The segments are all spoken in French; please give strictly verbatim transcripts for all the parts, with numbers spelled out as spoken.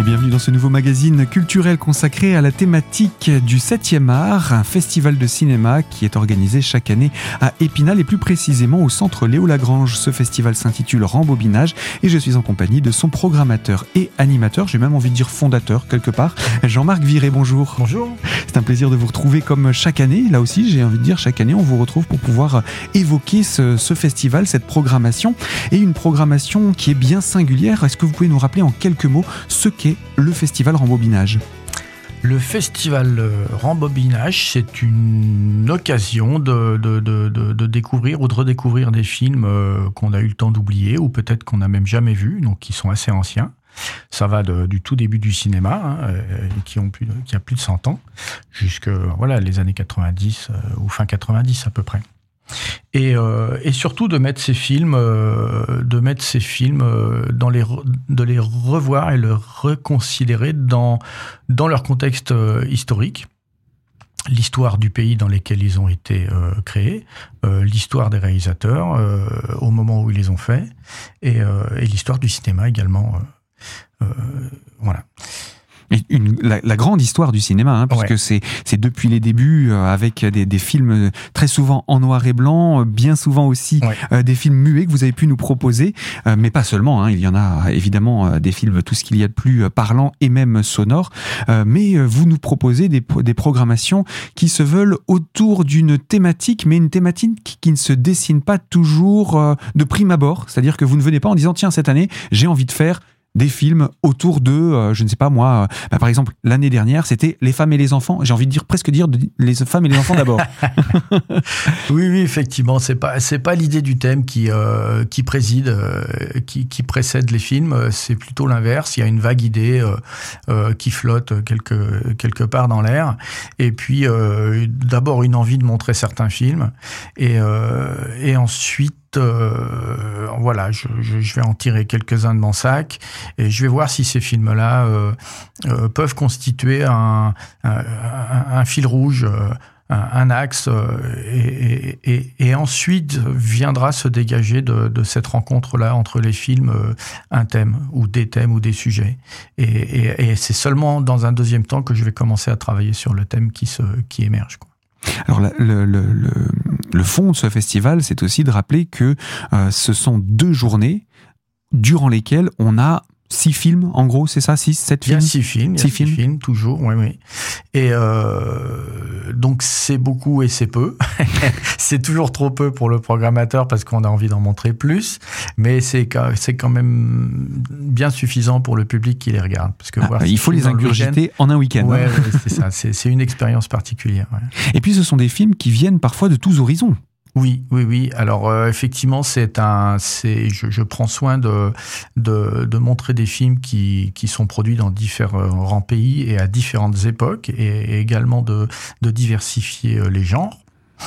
Bienvenue dans ce nouveau magazine culturel consacré à la thématique du septième art, un festival de cinéma qui est organisé chaque année à Épinal et plus précisément au centre Léo Lagrange. Ce festival s'intitule Rembobinage et je suis en compagnie de son programmateur et animateur, j'ai même envie de dire fondateur quelque part, Jean-Marc Viré. Bonjour. Bonjour. C'est un plaisir de vous retrouver comme chaque année. Là aussi, j'ai envie de dire, chaque année, on vous retrouve pour pouvoir évoquer ce, ce festival, cette programmation et une programmation qui est bien singulière. Est-ce que vous pouvez nous rappeler en quelques mots ce qu'est le festival Rembobinage ? Le festival Rembobinage, c'est une occasion de, de, de, de, de découvrir ou de redécouvrir des films euh, qu'on a eu le temps d'oublier ou peut-être qu'on n'a même jamais vus, donc qui sont assez anciens. Ça va de, du tout début du cinéma, hein, euh, qui, ont plus de, qui a plus de cent ans, jusque voilà, les années quatre-vingt-dix euh, ou fin quatre-vingt-dix à peu près. Et, euh, et surtout de mettre ces films, euh, de mettre ces films, euh, dans les, de les revoir et les reconsidérer dans, dans leur contexte euh, historique, l'histoire du pays dans lequel ils ont été euh, créés, euh, l'histoire des réalisateurs euh, au moment où ils les ont faits, et, euh, et l'histoire du cinéma également. Euh, euh, voilà. Une, la, la grande histoire du cinéma, hein, puisque ouais. c'est, c'est depuis les débuts euh, avec des, des films très souvent en noir et blanc, bien souvent aussi ouais. euh, des films muets que vous avez pu nous proposer, euh, mais pas seulement, hein, il y en a évidemment euh, des films, tout ce qu'il y a de plus euh, parlant et même sonore, euh, mais euh, vous nous proposez des, des programmations qui se veulent autour d'une thématique, mais une thématique qui, qui ne se dessine pas toujours euh, de prime abord, c'est-à-dire que vous ne venez pas en disant tiens, cette année j'ai envie de faire des films autour de, euh, je ne sais pas moi, euh, bah, par exemple, l'année dernière, c'était Les femmes et les enfants. J'ai envie de dire, presque dire, de, les femmes et les enfants d'abord. oui, oui, effectivement, c'est pas, c'est pas l'idée du thème qui, euh, qui préside, euh, qui, qui précède les films, c'est plutôt l'inverse. Il y a une vague idée euh, euh, qui flotte quelque, quelque part dans l'air. Et puis, euh, d'abord, une envie de montrer certains films. Et, euh, et ensuite, Euh, voilà, je, je, je vais en tirer quelques-uns de mon sac et je vais voir si ces films-là euh, euh, peuvent constituer un, un, un, un fil rouge, euh, un, un axe, euh, et, et, et ensuite viendra se dégager de, de cette rencontre-là entre les films euh, un thème ou des thèmes ou des sujets. Et, et, et c'est seulement dans un deuxième temps que je vais commencer à travailler sur le thème qui, se, qui émerge, quoi. Alors le, le, le, le fond de ce festival, c'est aussi de rappeler que euh, ce sont deux journées durant lesquelles on a six films, en gros, c'est ça, six, sept films. Il y a six films, il y a six, six films. films, toujours, oui, oui. Et euh, donc c'est beaucoup et c'est peu. C'est toujours trop peu pour le programmateur parce qu'on a envie d'en montrer plus, mais c'est c'est quand même bien suffisant pour le public qui les regarde. Parce que ah, voir il faut les ingurgiter en un week-end. Ouais, hein. ouais, c'est ça. C'est, c'est une expérience particulière. Ouais. Et puis ce sont des films qui viennent parfois de tous horizons. Oui, oui, oui. Alors euh, effectivement, c'est un, c'est, je, je prends soin de, de, de montrer des films qui, qui sont produits dans différents pays et à différentes époques, et, et également de, de diversifier les genres.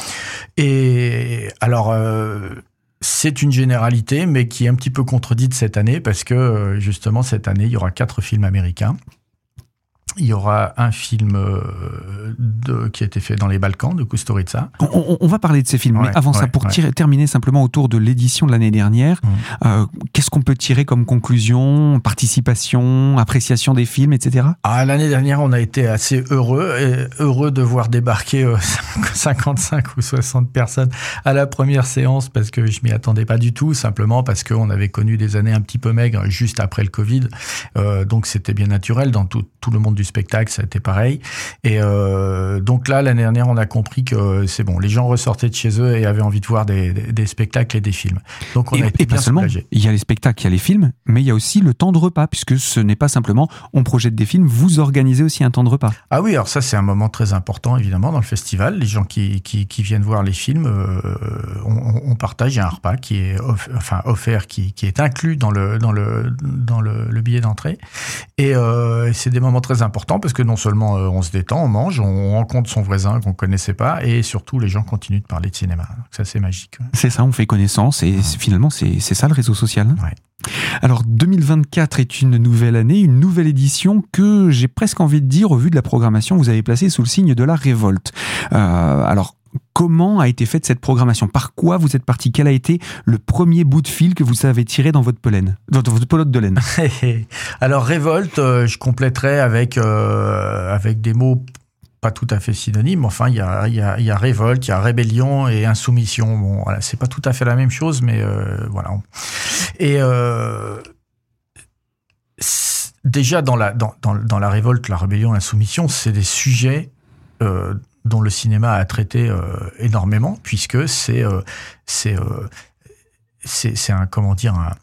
Et alors. Euh, C'est une généralité, mais qui est un petit peu contredite cette année, parce que justement cette année, il y aura quatre films américains. Il y aura un film de, qui a été fait dans les Balkans, de Kusturica. On, on va parler de ces films, ouais, mais avant ouais, ça, pour ouais. tirer, terminer simplement autour de l'édition de l'année dernière, mmh. euh, qu'est-ce qu'on peut tirer comme conclusion, participation, appréciation des films, et cetera. Ah, l'année dernière, on a été assez heureux, et heureux de voir débarquer euh, cinquante-cinq ou soixante personnes à la première séance, parce que je m'y attendais pas du tout, simplement parce qu'on avait connu des années un petit peu maigres juste après le Covid, euh, donc c'était bien naturel dans tout, tout le monde du spectacle, ça a été pareil. Et euh, donc là, l'année dernière, on a compris que c'est bon, les gens ressortaient de chez eux et avaient envie de voir des, des, des spectacles et des films. Donc on et, a été et bien pas seulement, soulagés. Il y a les spectacles, il y a les films, mais il y a aussi le temps de repas, puisque ce n'est pas simplement on projette des films, vous organisez aussi un temps de repas. Ah oui, alors ça c'est un moment très important évidemment dans le festival. Les gens qui, qui, qui viennent voir les films, euh, on, on partage, il y a un repas qui est off, enfin, offert, qui, qui est inclus dans le, dans le, dans le, le billet d'entrée. Et euh, c'est des moments très importants parce que non seulement euh, on se détend, on mange, on rencontre son voisin qu'on connaissait pas, et surtout les gens continuent de parler de cinéma. Donc ça c'est magique. Ouais. C'est ça, on fait connaissance et ouais. finalement c'est, c'est ça le réseau social. Hein. Ouais. Alors deux mille vingt-quatre est une nouvelle année, une nouvelle édition que j'ai presque envie de dire, au vu de la programmation, vous avez placée sous le signe de la révolte. Euh, alors Comment a été faite cette programmation? Par quoi vous êtes parti? Quel a été le premier bout de fil que vous avez tiré dans votre pollen, dans votre pelote de laine? Alors révolte, euh, je compléterai avec euh, avec des mots pas tout à fait synonymes. Enfin, il y a il y a il y a révolte, il y a rébellion et insoumission. Bon, voilà, c'est pas tout à fait la même chose, mais euh, voilà. Et euh, déjà dans la dans, dans dans la révolte, la rébellion, l'insoumission, c'est des sujets euh, dont le cinéma a traité euh, énormément, puisque c'est euh, c'est, euh, c'est c'est un comment dire un,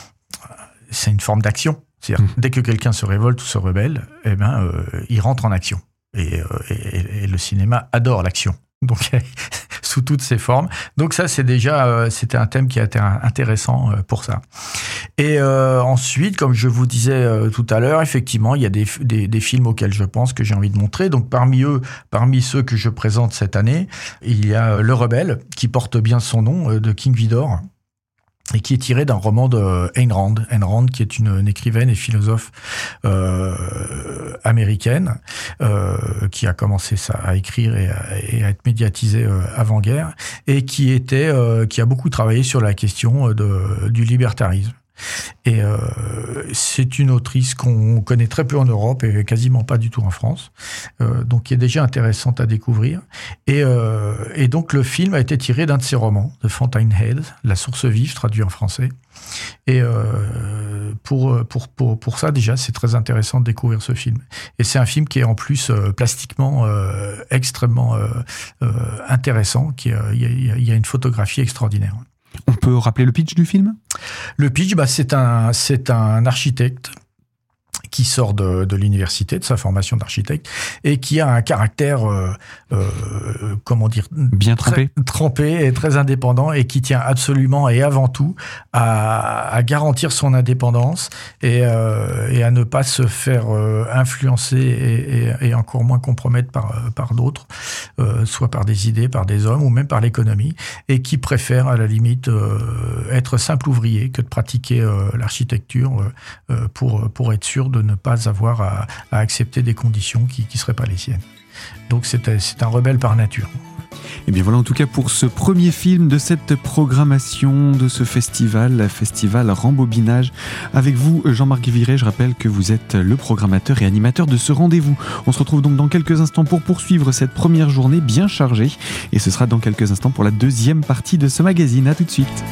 c'est une forme d'action. C'est-à-dire, mmh. dès que quelqu'un se révolte ou se rebelle, eh ben euh, il rentre en action. Et, euh, et, et le cinéma adore l'action. Donc sous toutes ses formes. Donc ça, c'est déjà euh, c'était un thème qui a été intéressant euh, pour ça. Et euh, ensuite, comme je vous disais euh, tout à l'heure, effectivement, il y a des, des, des films auxquels je pense que j'ai envie de montrer. Donc parmi eux, parmi ceux que je présente cette année, il y a Le Rebelle, qui porte bien son nom, euh, de King Vidor, et qui est tiré d'un roman de Ayn Rand. Ayn Rand, qui est une, une écrivaine et philosophe euh, américaine, euh, qui a commencé ça, à écrire et à, et à être médiatisée euh, avant-guerre, et qui était, euh, qui a beaucoup travaillé sur la question de, du libertarisme. Et euh, c'est une autrice qu'on connaît très peu en Europe et quasiment pas du tout en France, euh, donc qui est déjà intéressante à découvrir. Et, euh, et donc le film a été tiré d'un de ses romans, de Fountainhead, La source vive, traduit en français. Et euh, pour, pour, pour, pour ça, déjà, c'est très intéressant de découvrir ce film. Et c'est un film qui est en plus euh, plastiquement euh, extrêmement euh, euh, intéressant, qui, euh, il y a, il y a une photographie extraordinaire. On peut rappeler le pitch du film ? Le pitch, bah, c'est un, c'est un architecte qui sort de, de l'université, de sa formation d'architecte, et qui a un caractère, euh, euh, comment dire, bien trempé. Très, trempé et très indépendant, et qui tient absolument et avant tout à, à garantir son indépendance et, euh, et à ne pas se faire euh, influencer et, et, et encore moins compromettre par, par d'autres, euh, soit par des idées, par des hommes ou même par l'économie, et qui préfère à la limite euh, être simple ouvrier que de pratiquer euh, l'architecture euh, pour, pour être sûr de ne pas avoir à, à accepter des conditions qui ne seraient pas les siennes. Donc c'est, c'est un rebelle par nature. Et bien voilà en tout cas pour ce premier film de cette programmation de ce festival, le festival Rembobinage. Avec vous, Jean-Marc Viret, je rappelle que vous êtes le programmateur et animateur de ce rendez-vous. On se retrouve donc dans quelques instants pour poursuivre cette première journée bien chargée. Et ce sera dans quelques instants pour la deuxième partie de ce magazine. À tout de suite.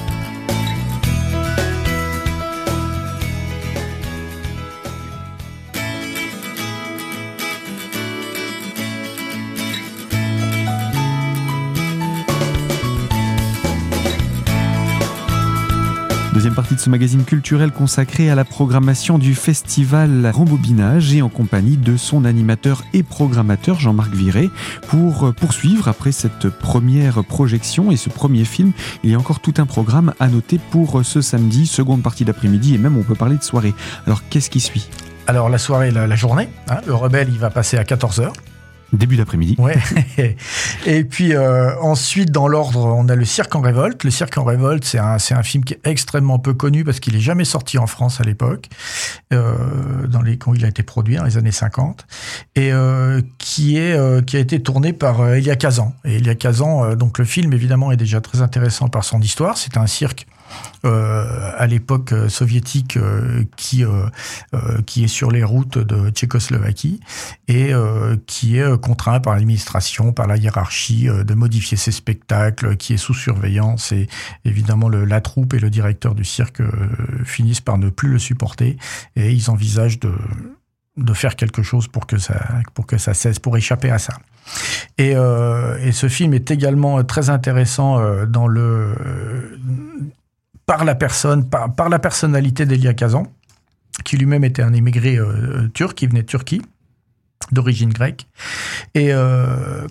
Deuxième partie de ce magazine culturel consacré à la programmation du festival Rembobinage et en compagnie de son animateur et programmateur Jean-Marc Viret pour poursuivre après cette première projection et ce premier film. Il y a encore tout un programme à noter pour ce samedi, seconde partie d'après-midi et même on peut parler de soirée. Alors qu'est-ce qui suit ? Alors la soirée, la, la journée, hein, le Rebelle il va passer à quatorze heures. Début d'après-midi. Ouais. Et puis euh, ensuite, dans l'ordre, on a le Cirque en révolte. Le Cirque en révolte, c'est un, c'est un film qui est extrêmement peu connu parce qu'il n'est jamais sorti en France à l'époque, euh, dans les, quand il a été produit dans les années cinquante, et euh, qui, est, euh, qui a été tourné par euh, Elia Kazan. Et Elia Kazan, euh, donc le film évidemment est déjà très intéressant par son histoire. C'est un cirque Euh, à l'époque euh, soviétique euh, qui euh, euh, qui est sur les routes de Tchécoslovaquie et euh, qui est contraint par l'administration, par la hiérarchie euh, de modifier ses spectacles, qui est sous surveillance et évidemment le, la troupe et le directeur du cirque euh, finissent par ne plus le supporter et ils envisagent de de faire quelque chose pour que ça pour que ça cesse, pour échapper à ça. Et, euh, et ce film est également très intéressant euh, dans le euh, par la personne, par, par la personnalité d'Elia Kazan, qui lui-même était un émigré euh, turc, qui venait de Turquie, d'origine grecque, et, euh,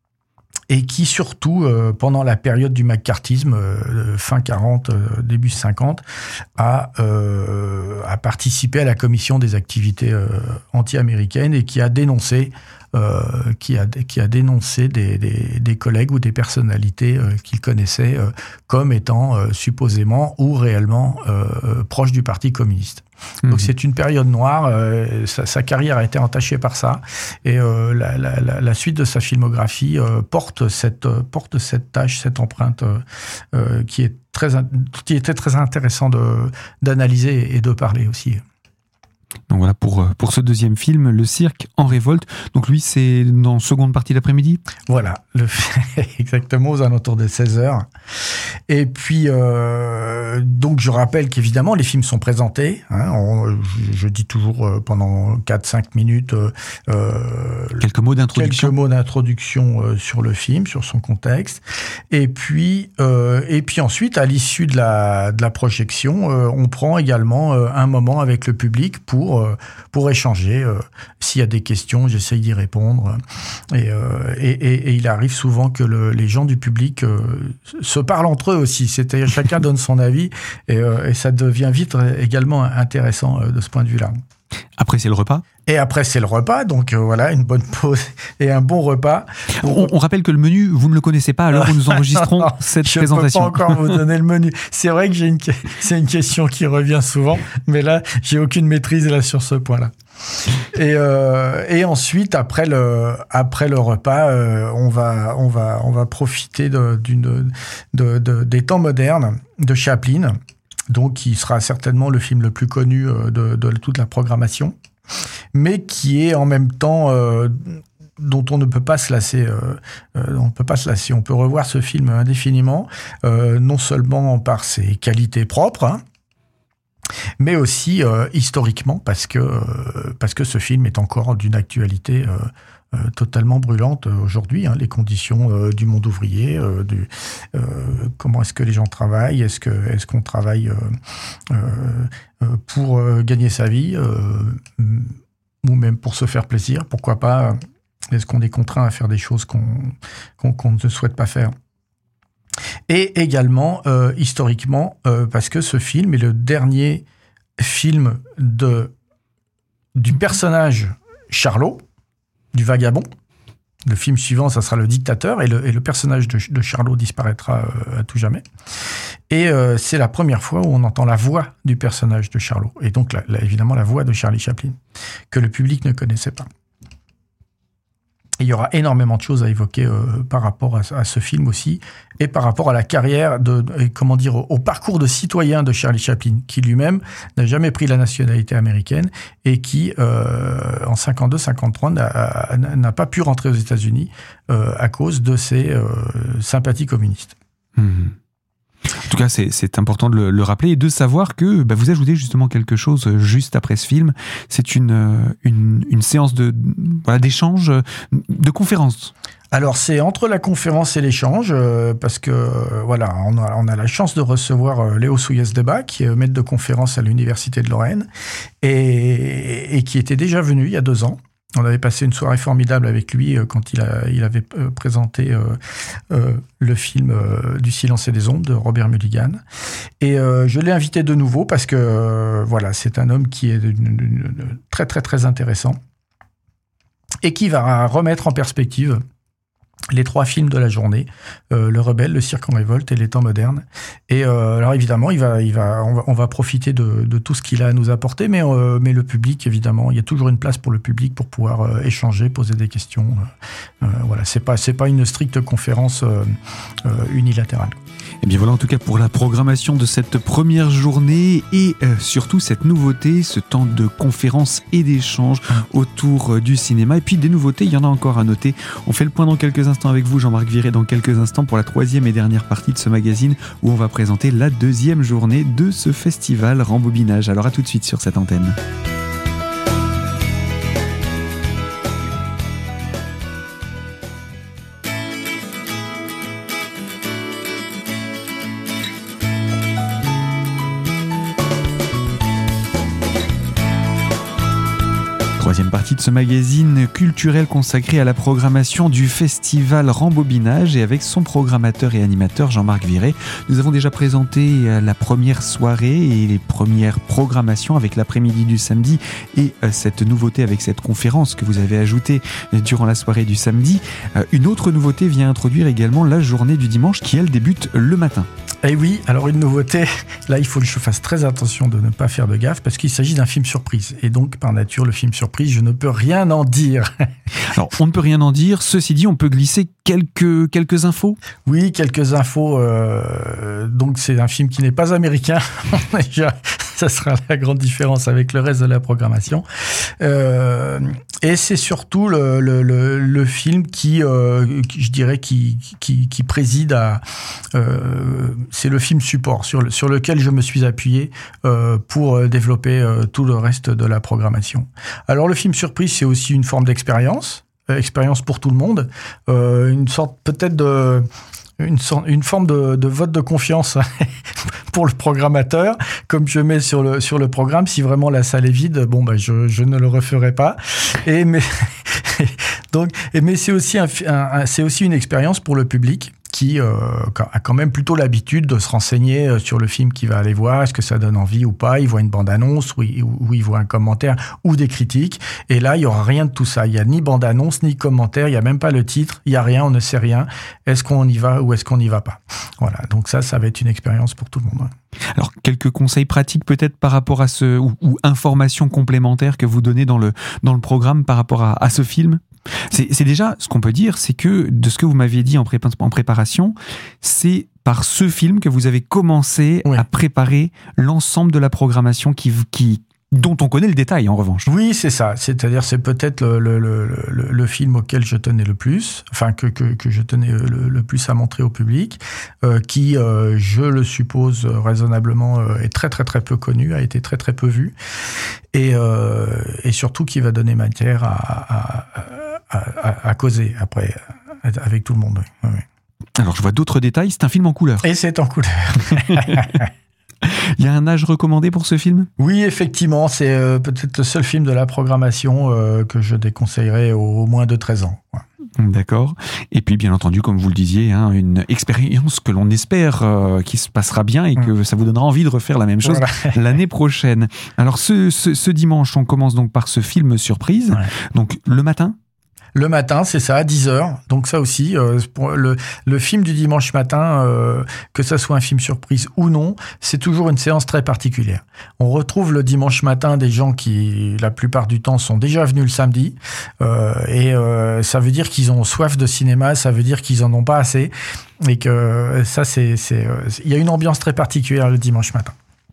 et qui surtout, euh, pendant la période du macartisme, euh, fin quarante, euh, début cinquante, a, euh, a participé à la commission des activités euh, anti-américaines et qui a dénoncé Euh, qui, a, qui a dénoncé des, des, des collègues ou des personnalités euh, qu'il connaissait euh, comme étant euh, supposément ou réellement euh, proches du Parti communiste. Mmh. Donc c'est une période noire, euh, sa, sa carrière a été entachée par ça, et euh, la, la, la, la suite de sa filmographie euh, porte, cette, euh, porte cette tâche, cette empreinte euh, euh, qui, est très, qui était très intéressant de, d'analyser et de parler aussi. Donc voilà, pour, pour ce deuxième film, Le Cirque en révolte. Donc lui, c'est dans seconde partie d'après-midi ? Voilà, le, exactement, aux alentours de seize heures. Et puis, euh, donc je rappelle qu'évidemment, les films sont présentés. Hein, on, je, je dis toujours euh, pendant quatre à cinq minutes... Euh, quelques mots d'introduction. Quelques mots d'introduction euh, sur le film, sur son contexte. Et puis, euh, et puis ensuite, à l'issue de la, de la projection, euh, on prend également euh, un moment avec le public pour Pour, pour échanger. Euh, s'il y a des questions, j'essaye d'y répondre. Et, euh, et, et, et il arrive souvent que le, les gens du public euh, se parlent entre eux aussi. C'est-à-dire chacun donne son avis et, euh, et ça devient vite également intéressant euh, de ce point de vue-là. Après, c'est le repas. Et après, c'est le repas. Donc euh, voilà, une bonne pause et un bon repas. On, on rappelle que le menu, vous ne le connaissez pas à l'heure où nous enregistrons non, cette je présentation. Je ne peux pas encore vous donner le menu. C'est vrai que j'ai une, c'est une question qui revient souvent, mais là, j'ai aucune maîtrise là sur ce point-là. Et, euh, et ensuite, après le, après le repas, euh, on, va, on, va, on va profiter de, d'une, de, de, des temps modernes de Chaplin, donc qui sera certainement le film le plus connu de, de toute la programmation, mais qui est en même temps euh, dont on ne peut pas se lasser. Euh, euh, on ne peut pas se lasser. On peut revoir ce film indéfiniment, euh, non seulement par ses qualités propres, hein, mais aussi euh, historiquement, parce que, euh, parce que ce film est encore d'une actualité euh, euh, totalement brûlante aujourd'hui. Hein, les conditions euh, du monde ouvrier, euh, du, euh, comment est-ce que les gens travaillent, est-ce, que, est-ce qu'on travaille euh, euh, pour euh, gagner sa vie, euh, ou même pour se faire plaisir, pourquoi pas, est-ce qu'on est contraint à faire des choses qu'on, qu'on, qu'on ne souhaite pas faire ? Et également, euh, historiquement, euh, parce que ce film est le dernier film de, du personnage Charlot, du vagabond. Le film suivant, ça sera le dictateur, et le, et le personnage de, de Charlot disparaîtra euh, à tout jamais. Et euh, c'est la première fois où on entend la voix du personnage de Charlot, et donc la, la, évidemment la voix de Charlie Chaplin, que le public ne connaissait pas. Il y aura énormément de choses à évoquer euh, par rapport à, à ce film aussi, et par rapport à la carrière, de, de comment dire, au, au parcours de citoyen de Charlie Chaplin, qui lui-même n'a jamais pris la nationalité américaine et qui, euh, en cinquante-deux cinquante-trois, n'a, n'a pas pu rentrer aux États-Unis euh, à cause de ses euh, sympathies communistes. Mmh. En tout cas, c'est, c'est important de le, le rappeler et de savoir que bah, vous ajoutez justement quelque chose juste après ce film. C'est une, une, une séance de, voilà, d'échange, de conférence. Alors, c'est entre la conférence et l'échange, euh, parce que euh, voilà, on a, on a la chance de recevoir euh, Léo Souillès-Debat, qui est maître de conférence à l'Université de Lorraine, et, et qui était déjà venu il y a deux ans. On avait passé une soirée formidable avec lui euh, quand il, a, il avait euh, présenté euh, euh, le film euh, Du silence et des ombres de Robert Mulligan. Et euh, je l'ai invité de nouveau parce que euh, voilà, c'est un homme qui est une, une, une, très très très intéressant et qui va remettre en perspective les trois films de la journée, euh, Le Rebelle, Le Cirque en révolte et Les Temps modernes. Et euh, alors évidemment, il va, il va, on, va, on va profiter de, de tout ce qu'il a à nous apporter, mais, euh, mais le public, évidemment, il y a toujours une place pour le public pour pouvoir euh, échanger, poser des questions. Euh, voilà, c'est pas, c'est pas une stricte conférence euh, euh, unilatérale. Et bien voilà en tout cas pour la programmation de cette première journée et euh, surtout cette nouveauté, ce temps de conférence et d'échange autour euh, du cinéma. Et puis des nouveautés, il y en a encore à noter. On fait le point dans quelques instants avec vous, Jean-Marc Viré, dans quelques instants pour la troisième et dernière partie de ce magazine où on va présenter la deuxième journée de ce festival Rembobinage. Alors à tout de suite sur cette antenne. Troisième partie de ce magazine culturel consacré à la programmation du festival Rembobinage et avec son programmateur et animateur Jean-Marc Viré. Nous avons déjà présenté la première soirée et les premières programmations avec l'après-midi du samedi et cette nouveauté avec cette conférence que vous avez ajoutée durant la soirée du samedi. Une autre nouveauté vient introduire également la journée du dimanche qui elle débute le matin. Eh oui, alors une nouveauté, là il faut que je fasse très attention de ne pas faire de gaffe parce qu'il s'agit d'un film surprise. Et donc par nature, le film surprise, je ne peux rien en dire. Alors on ne peut rien en dire, ceci dit, on peut glisser quelques, quelques infos ? Oui, quelques infos. Euh, donc c'est un film qui n'est pas américain, déjà, ça sera la grande différence avec le reste de la programmation. Euh, et c'est surtout le, le, le, le film qui, euh, qui, je dirais, qui, qui, qui préside à... Euh, c'est le film support sur, le, sur lequel je me suis appuyé euh, pour développer euh, tout le reste de la programmation. Alors le film surprise, c'est aussi une forme d'expérience, euh, expérience pour tout le monde, euh, une sorte peut-être de... Une, une forme de, de vote de confiance pour le programmateur, comme je mets sur le, sur le programme. Si vraiment la salle est vide, bon, bah, je, je ne le referai pas. Et, mais, donc, et, mais c'est aussi, un, un, c'est aussi une expérience pour le public qui euh, a quand même plutôt l'habitude de se renseigner sur le film qu'il va aller voir, est-ce que ça donne envie ou pas, il voit une bande-annonce ou il, ou il voit un commentaire ou des critiques, et là, il n'y aura rien de tout ça. Il n'y a ni bande-annonce, ni commentaire, il n'y a même pas le titre, il n'y a rien, on ne sait rien. Est-ce qu'on y va ou est-ce qu'on n'y va pas ? Voilà, donc ça, ça va être une expérience pour tout le monde. Alors, quelques conseils pratiques peut-être par rapport à ce, ou, ou informations complémentaires que vous donnez dans le, dans le programme par rapport à, à ce film ? C'est, c'est déjà, ce qu'on peut dire, c'est que de ce que vous m'aviez dit en, pré- en préparation, c'est par ce film que vous avez commencé oui. à préparer l'ensemble de la programmation qui, qui, dont on connaît le détail en revanche. Oui, c'est ça. C'est-à-dire, c'est peut-être le, le, le, le, le film auquel je tenais le plus, enfin que, que, que je tenais le, le plus à montrer au public, euh, qui, euh, je le suppose raisonnablement, euh, est très très très peu connu, a été très très peu vu, et, euh, et surtout qui va donner matière à, à, à, à, à causer après avec tout le monde. Oui, oui. Alors, je vois d'autres détails. C'est un film en couleur. Et c'est en couleur. Il y a un âge recommandé pour ce film ? Oui, effectivement, c'est euh, peut-être le seul film de la programmation euh, que je déconseillerais au, au moins de treize ans. Ouais. D'accord. Et puis, bien entendu, comme vous le disiez, hein, une expérience que l'on espère euh, qui se passera bien et que mmh. ça vous donnera envie de refaire la même chose voilà. l'année prochaine. Alors, ce, ce, ce dimanche, on commence donc par ce film surprise. Ouais. Donc, le matin ? Le matin, c'est ça, à dix heures. Donc ça aussi, euh, pour le, le film du dimanche matin, euh, que ça soit un film surprise ou non, c'est toujours une séance très particulière. On retrouve le dimanche matin des gens qui, la plupart du temps, sont déjà venus le samedi. Euh, et euh, ça veut dire qu'ils ont soif de cinéma, ça veut dire qu'ils en ont pas assez. Et que ça, c'est... c'est, euh, il y a une ambiance très particulière le dimanche matin.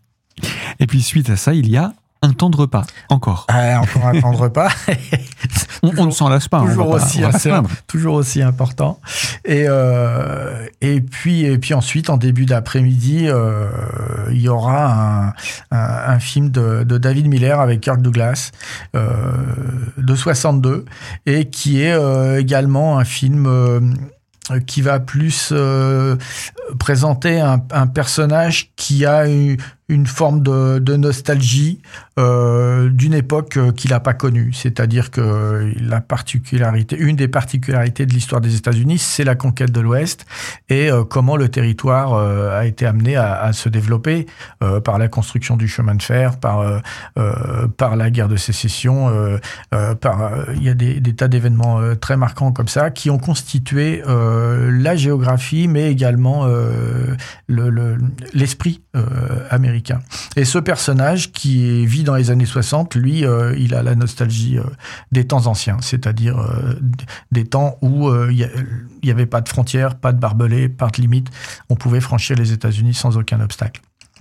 Et puis suite à ça, il y a un temps de repas, encore. Euh, encore un temps de repas. on, on ne s'en lasse pas. Toujours, on aussi, pas, on assez, toujours aussi important. Et, euh, et, puis, et puis ensuite, en début d'après-midi, euh, il y aura un, un, un film de, de David Miller avec Kirk Douglas, euh, de soixante-deux, et qui est euh, également un film... Euh, qui va plus euh, présenter un, un personnage qui a une, une forme de, de nostalgie euh, d'une époque qu'il n'a pas connue. C'est-à-dire que la particularité, une des particularités de l'histoire des États-Unis, c'est la conquête de l'Ouest et euh, comment le territoire euh, a été amené à, à se développer euh, par la construction du chemin de fer, par, euh, euh, par la guerre de sécession. Euh, euh, par, euh, il y a des, des tas d'événements euh, très marquants comme ça qui ont constitué euh, la géographie, mais également euh, le, le, l'esprit euh, américain. Et ce personnage qui vit dans les années soixante, lui, euh, il a la nostalgie euh, des temps anciens, c'est-à-dire euh, des temps où il euh, n'y avait pas de frontières, pas de barbelés, pas de limites. On pouvait franchir les États-Unis sans aucun obstacle.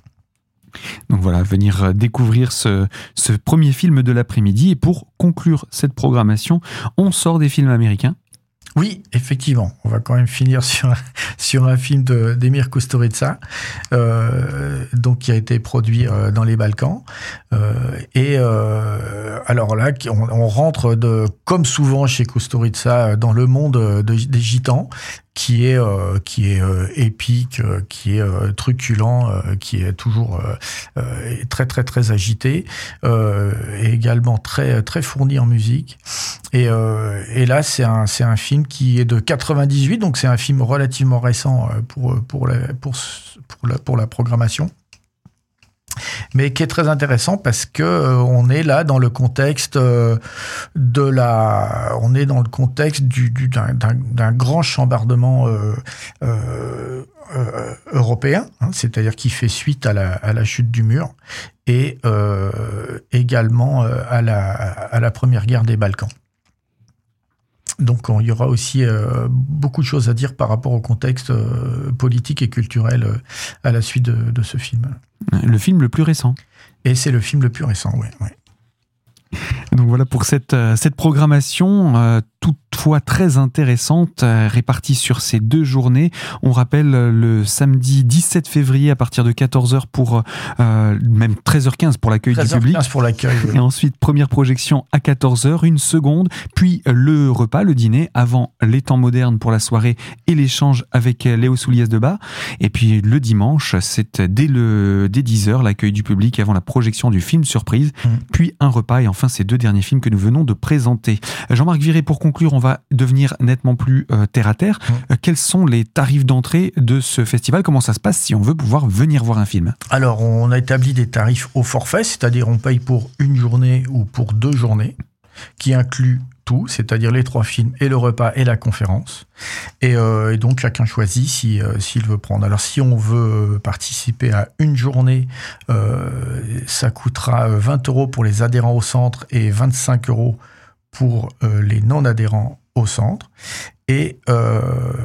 Donc voilà, venir découvrir ce, ce premier film de l'après-midi. Et pour conclure cette programmation, on sort des films américains. Oui, effectivement. On va quand même finir sur un, sur un film de, d'Emir Kusturica, euh, donc qui a été produit euh, dans les Balkans. Euh, et euh, alors là, on, on rentre de, comme souvent chez Kusturica, dans le monde de, des Gitans, qui est euh, qui est euh, épique, euh, qui est euh, truculent, euh, qui est toujours euh, euh, très très très agité, euh, et également très très fourni en musique. Et, euh, et là, c'est un c'est un film qui est de quatre-vingt-dix-huit, donc c'est un film relativement récent pour pour la pour pour la, pour la programmation. Mais qui est très intéressant parce que euh, on est là dans le contexte euh, de la, on est dans le contexte du, du d'un, d'un, d'un grand chambardement euh, euh, euh, européen, hein, c'est-à-dire qui fait suite à la, à la chute du mur, et euh, également euh, à, la, à la première guerre des Balkans. Donc il y aura aussi euh, beaucoup de choses à dire par rapport au contexte euh, politique et culturel euh, à la suite de, de ce film. Le film le plus récent. Et c'est le film le plus récent, oui. Ouais. Donc voilà pour cette, cette programmation, euh, toutefois très intéressante, euh, répartie sur ces deux journées. On rappelle le samedi dix-sept février à partir de quatorze heures pour, euh, même treize heures quinze pour l'accueil du public. pour l'accueil, oui. Et ensuite, première projection à quatorze heures, une seconde, puis le repas, le dîner, avant les temps modernes pour la soirée et l'échange avec Léo Souliès-Debat. Et puis le dimanche, c'est dès, le, dès dix heures, l'accueil du public avant la projection du film surprise, mmh. puis un repas et enfin ces deux derniers films que nous venons de présenter. Jean-Marc Viré, pour conclure, on va devenir nettement plus euh, terre à terre. Mmh. Euh, quels sont les tarifs d'entrée de ce festival ? Comment ça se passe si on veut pouvoir venir voir un film ? Alors, on a établi des tarifs au forfait, c'est-à-dire on paye pour une journée ou pour deux journées, qui inclut tout, c'est-à-dire les trois films et le repas et la conférence. Et, euh, et donc, chacun choisit si, euh, s'il veut prendre. Alors, si on veut participer à une journée, euh, ça coûtera vingt euros pour les adhérents au centre et vingt-cinq euros pour euh, les non-adhérents au centre. Et, euh,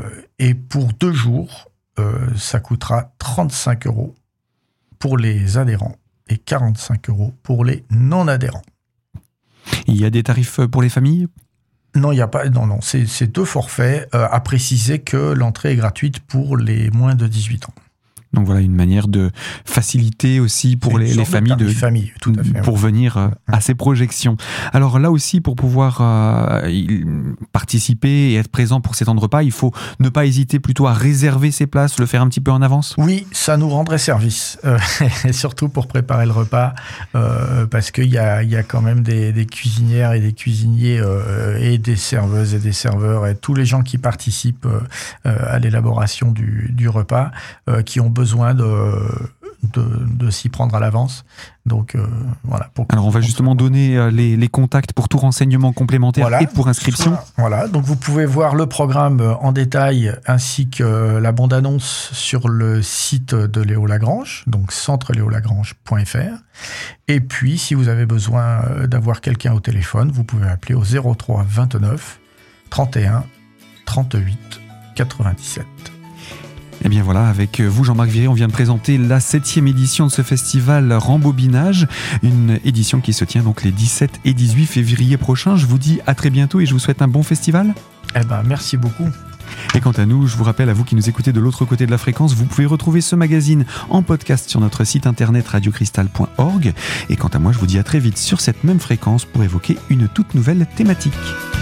et pour deux jours, euh, ça coûtera trente-cinq euros pour les adhérents et quarante-cinq euros pour les non-adhérents. Il y a des tarifs pour les familles ? Non, il y a pas. Non, non, c'est, c'est deux forfaits. Euh, à préciser que l'entrée est gratuite pour les moins de dix-huit ans. Donc voilà, une manière de faciliter aussi pour les, les familles, de, famille, tout à fait, pour ouais. venir euh, à ces projections. Alors là aussi, pour pouvoir euh, participer et être présent pour ces temps de repas, il faut ne pas hésiter plutôt à réserver ses places, le faire un petit peu en avance. Oui, ça nous rendrait service, euh, et surtout pour préparer le repas, euh, parce qu'il y a, il y a quand même des, des cuisinières et des cuisiniers euh, et des serveuses et des serveurs et tous les gens qui participent euh, à l'élaboration du, du repas, euh, qui ont besoin de, de, de s'y prendre à l'avance. Donc, euh, voilà. Pour Alors, on va justement donner les, les contacts pour tout renseignement complémentaire voilà, et pour inscription. Soit, voilà. Donc, vous pouvez voir le programme en détail ainsi que la bande-annonce sur le site de Léo Lagrange, donc centre léo lagrange point f r. Et puis, si vous avez besoin d'avoir quelqu'un au téléphone, vous pouvez appeler au zéro trois vingt-neuf trente et un trente-huit quatre-vingt-dix-sept. Et bien voilà, avec vous Jean-Marc Viré, on vient de présenter la septième édition de ce festival Rembobinage, une édition qui se tient donc les dix-sept et dix-huit février prochains. Je vous dis à très bientôt et je vous souhaite un bon festival. Eh ben, merci beaucoup. Et quant à nous, je vous rappelle à vous qui nous écoutez de l'autre côté de la fréquence, vous pouvez retrouver ce magazine en podcast sur notre site internet radio cristal point org. Et quant à moi, je vous dis à très vite sur cette même fréquence pour évoquer une toute nouvelle thématique.